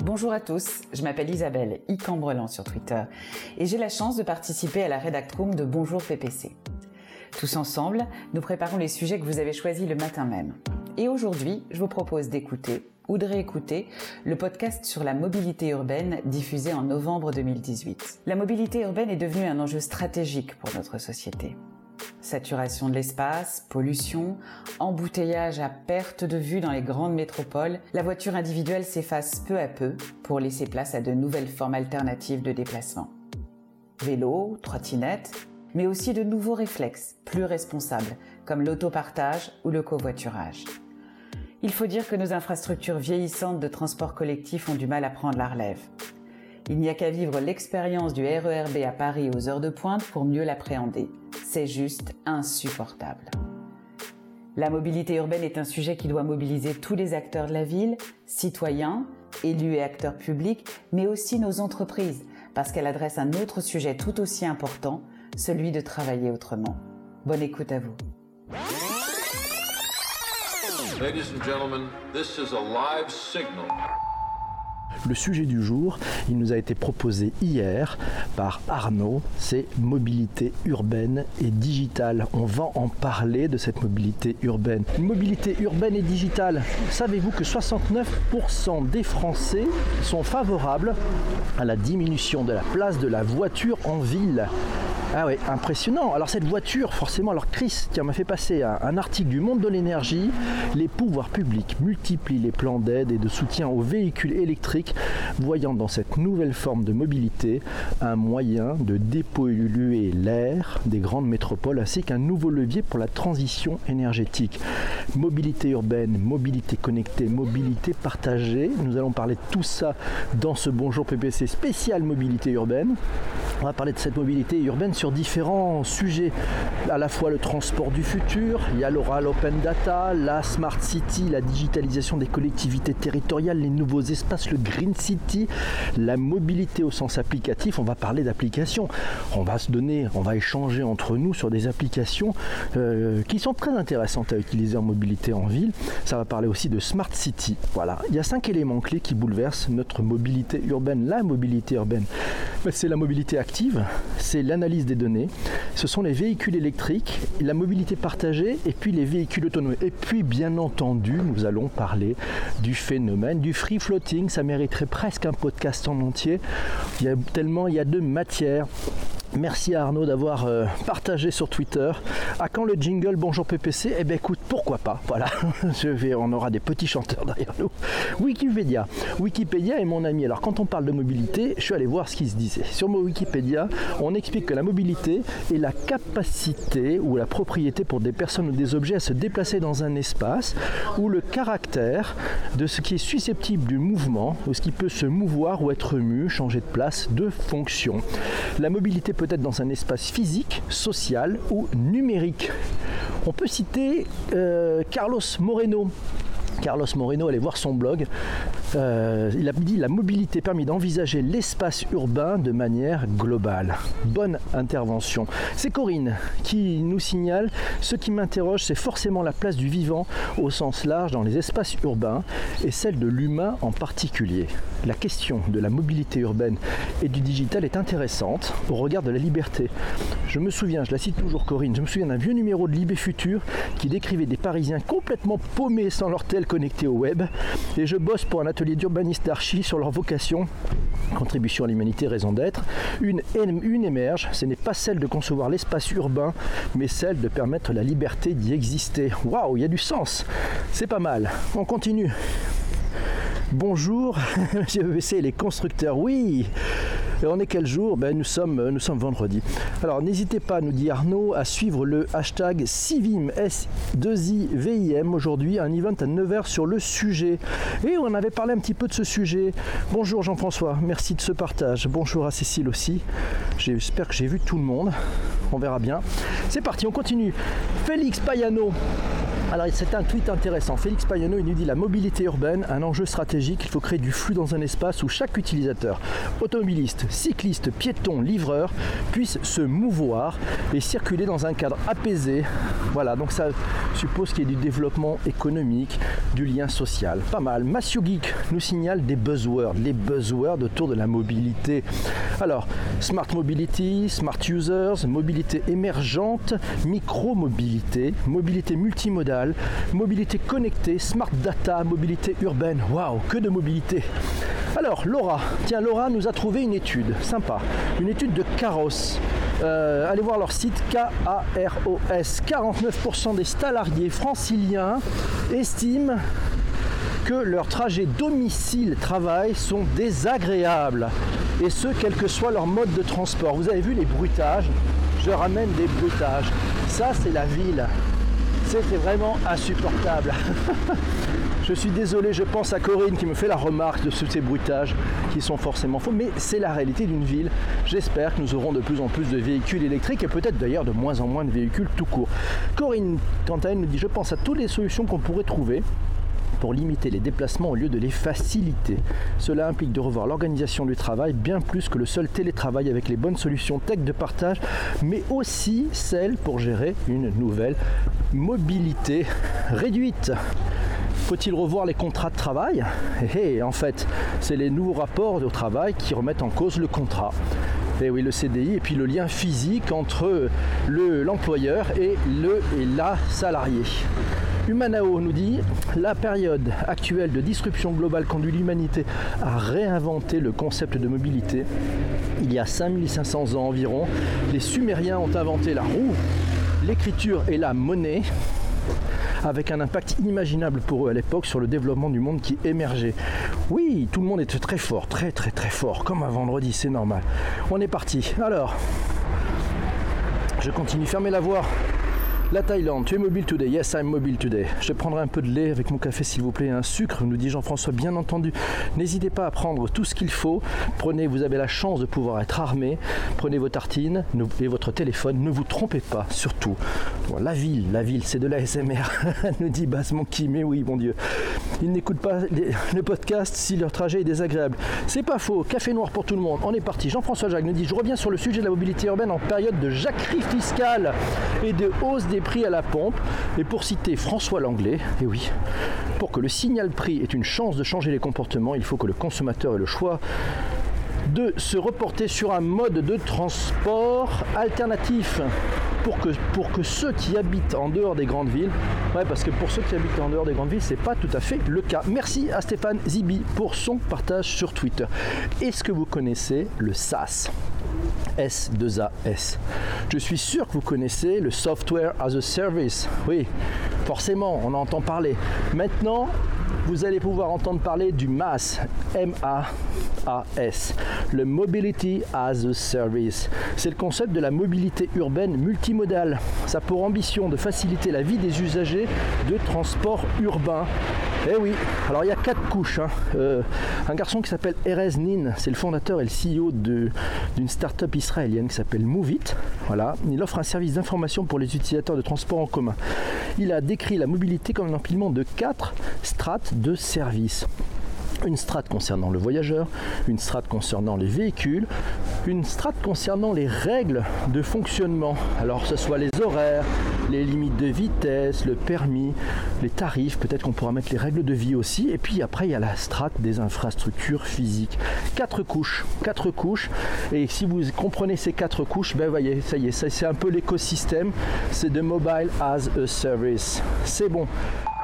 Bonjour à tous, je m'appelle Isabelle, Icambrelant sur Twitter, et j'ai la chance de participer à la Redactroom de Bonjour PPC. Tous ensemble, nous préparons les sujets que vous avez choisis le matin même. Et aujourd'hui, je vous propose d'écouter ou de réécouter le podcast sur la mobilité urbaine diffusé en novembre 2018. La mobilité urbaine est devenue un enjeu stratégique pour notre société. Saturation de l'espace, pollution, embouteillage à perte de vue dans les grandes métropoles, la voiture individuelle s'efface peu à peu pour laisser place à de nouvelles formes alternatives de déplacement. Vélo, trottinette, mais aussi de nouveaux réflexes plus responsables, comme l'autopartage ou le covoiturage. Il faut dire que nos infrastructures vieillissantes de transport collectif ont du mal à prendre la relève. Il n'y a qu'à vivre l'expérience du RER B à Paris aux heures de pointe pour mieux l'appréhender. C'est juste insupportable. La mobilité urbaine est un sujet qui doit mobiliser tous les acteurs de la ville, citoyens, élus et acteurs publics, mais aussi nos entreprises, parce qu'elle adresse un autre sujet tout aussi important, celui de travailler autrement. Bonne écoute à vous. Ladies and gentlemen, this is a live signal. Le sujet du jour, il nous a été proposé hier par Arnaud, c'est mobilité urbaine et digitale. On va en parler de cette mobilité urbaine. Mobilité urbaine et digitale. Savez-vous que 69% des Français sont favorables à la diminution de la place de la voiture en ville? Ah oui, impressionnant. Alors cette voiture, forcément, alors Chris, qui m'a fait passer un article du Monde de l'énergie, les pouvoirs publics multiplient les plans d'aide et de soutien aux véhicules électriques, voyant dans cette nouvelle forme de mobilité un moyen de dépolluer l'air des grandes métropoles, ainsi qu'un nouveau levier pour la transition énergétique. Mobilité urbaine, mobilité connectée, mobilité partagée. Nous allons parler de tout ça dans ce Bonjour PPC spécial mobilité urbaine. On va parler de cette mobilité urbaine sur différents sujets, à la fois le transport du futur, il y aura l'open data, la smart city, la digitalisation des collectivités territoriales, les nouveaux espaces, le green city, la mobilité au sens applicatif. On va parler d'applications, on va échanger entre nous sur des applications qui sont très intéressantes à utiliser en mobilité en ville. Ça va parler aussi de smart city. Voilà, il y a 5 éléments clés qui bouleversent notre mobilité urbaine. La mobilité urbaine, c'est la mobilité active, c'est l'analyse des données, ce sont les véhicules électriques, la mobilité partagée et puis les véhicules autonomes. Et puis bien entendu, nous allons parler du phénomène du free floating. Ça mériterait presque un podcast en entier. Il y a de matière. Merci à Arnaud d'avoir partagé sur Twitter. À quand le jingle Bonjour PPC? Eh bien écoute, pourquoi pas, voilà. On aura des petits chanteurs derrière nous. Wikipédia est mon ami. Alors quand on parle de mobilité, je suis allé voir ce qui se disait. Sur mon Wikipédia, on explique que la mobilité est la capacité ou la propriété pour des personnes ou des objets à se déplacer dans un espace ou le caractère de ce qui est susceptible du mouvement ou ce qui peut se mouvoir ou être mu, changer de place, de fonction. La mobilité peut être dans un espace physique, social ou numérique. On peut citer Carlos Moreno. Allez voir son blog. Il a dit: la mobilité permet d'envisager l'espace urbain de manière globale. Bonne intervention. C'est Corinne qui nous signale: ce qui m'interroge, c'est forcément la place du vivant au sens large dans les espaces urbains et celle de l'humain en particulier. La question de la mobilité urbaine et du digital est intéressante au regard de la liberté. Je la cite toujours Corinne, je me souviens d'un vieux numéro de Libé Futur qui décrivait des Parisiens complètement paumés sans leur tel connecté au web, et je bosse pour un atelier d'urbanistes d'archi sur leur vocation, contribution à l'humanité, raison d'être. Une émerge, ce n'est pas celle de concevoir l'espace urbain, mais celle de permettre la liberté d'y exister. Waouh, il y a du sens, c'est pas mal. On continue. Bonjour, monsieur PPC et les constructeurs, oui. Et on est quel jour? Nous sommes vendredi. Alors n'hésitez pas, nous dit Arnaud, à suivre le hashtag Civim, S2IVIM, aujourd'hui, un event à 9h sur le sujet. Et on avait parlé un petit peu de ce sujet. Bonjour Jean-François, merci de ce partage. Bonjour à Cécile aussi. J'espère que j'ai vu tout le monde. On verra bien. C'est parti, on continue. Félix Payano. Alors c'est un tweet intéressant. Félix Pagnonneau, il nous dit la mobilité urbaine, un enjeu stratégique. Il faut créer du flux dans un espace où chaque utilisateur, automobiliste, cycliste, piéton, livreur, puisse se mouvoir et circuler dans un cadre apaisé. Voilà, donc ça suppose qu'il y ait du développement économique, du lien social. Pas mal. Matthew Geek nous signale des buzzwords, les buzzwords autour de la mobilité. Alors, smart mobility, smart users, mobilité émergente, micro-mobilité, mobilité multimodale, mobilité connectée, smart data, mobilité urbaine. Waouh, que de mobilité! Alors, Laura nous a trouvé une étude sympa, une étude de Caros. Allez voir leur site KAROS. 49% des salariés franciliens estiment que leurs trajets domicile-travail sont désagréables. Et ce, quel que soit leur mode de transport. Vous avez vu les bruitages? Je ramène des bruitages. Ça, c'est la ville. C'était vraiment insupportable. Je suis désolé, je pense à Corinne qui me fait la remarque de ces bruitages qui sont forcément faux, mais c'est la réalité d'une ville. J'espère que nous aurons de plus en plus de véhicules électriques et peut-être d'ailleurs de moins en moins de véhicules tout court. Corinne, quant à elle, me dit « Je pense à toutes les solutions qu'on pourrait trouver pour limiter les déplacements au lieu de les faciliter. Cela implique de revoir l'organisation du travail bien plus que le seul télétravail avec les bonnes solutions tech de partage, mais aussi celles pour gérer une nouvelle mobilité réduite. Faut-il revoir les contrats de travail ? En fait, c'est les nouveaux rapports au travail qui remettent en cause le contrat. Et oui, le CDI et puis le lien physique entre l'employeur et la salariée. Humanao nous dit « La période actuelle de disruption globale conduit l'humanité à réinventer le concept de mobilité. Il y a 5500 ans environ, les Sumériens ont inventé la roue, l'écriture et la monnaie, avec un impact inimaginable pour eux à l'époque sur le développement du monde qui émergeait. Oui, tout le monde était très fort, très fort, comme un vendredi, c'est normal. On est parti. Alors, je continue, fermez la voie. La Thaïlande, tu es mobile today? Yes, I'm mobile today. Je prendrai un peu de lait avec mon café s'il vous plaît, un sucre, nous dit Jean-François, bien entendu. N'hésitez pas à prendre tout ce qu'il faut. Prenez, vous avez la chance de pouvoir être armé. Prenez vos tartines et votre téléphone. Ne vous trompez pas, surtout. Bon, la ville, c'est de l'ASMR, nous dit Basse Monkey, mais oui, mon Dieu. Ils n'écoutent pas le podcast si leur trajet est désagréable. C'est pas faux, café noir pour tout le monde. On est parti. Jean-François Jacques nous dit, je reviens sur le sujet de la mobilité urbaine en période de jacquerie fiscale et de hausse des prix à la pompe. Et pour citer François Langlais, et oui, pour que le signal prix ait une chance de changer les comportements, il faut que le consommateur ait le choix de se reporter sur un mode de transport alternatif. Pour que ceux qui habitent en dehors des grandes villes, parce que pour ceux qui habitent en dehors des grandes villes, c'est pas tout à fait le cas. Merci à Stéphane Zibi pour son partage sur Twitter. Est-ce que vous connaissez le SaaS ? S2AS. Je suis sûr que vous connaissez le Software as a Service. Oui, forcément, on en entend parler. Maintenant, vous allez pouvoir entendre parler du MaaS, M-A-A-S, le Mobility as a Service. C'est le concept de la mobilité urbaine multimodale. Ça a pour ambition de faciliter la vie des usagers de transport urbain. Eh oui, alors il y a 4 couches. Un garçon qui s'appelle Erez Nin, c'est le fondateur et le CEO d'une start-up israélienne qui s'appelle Moveit. Voilà, il offre un service d'information pour les utilisateurs de transport en commun. Il a décrit la mobilité comme un empilement de 4 strates de services. Une strate concernant le voyageur, une strate concernant les véhicules, une strate concernant les règles de fonctionnement. Alors que ce soit les horaires, les limites de vitesse, le permis, les tarifs, peut-être qu'on pourra mettre les règles de vie aussi. Et puis après, il y a la strate des infrastructures physiques. 4 couches. Et si vous comprenez ces 4 couches, ben voyez, ça y est, c'est un peu l'écosystème. C'est de Mobile as a Service. C'est bon.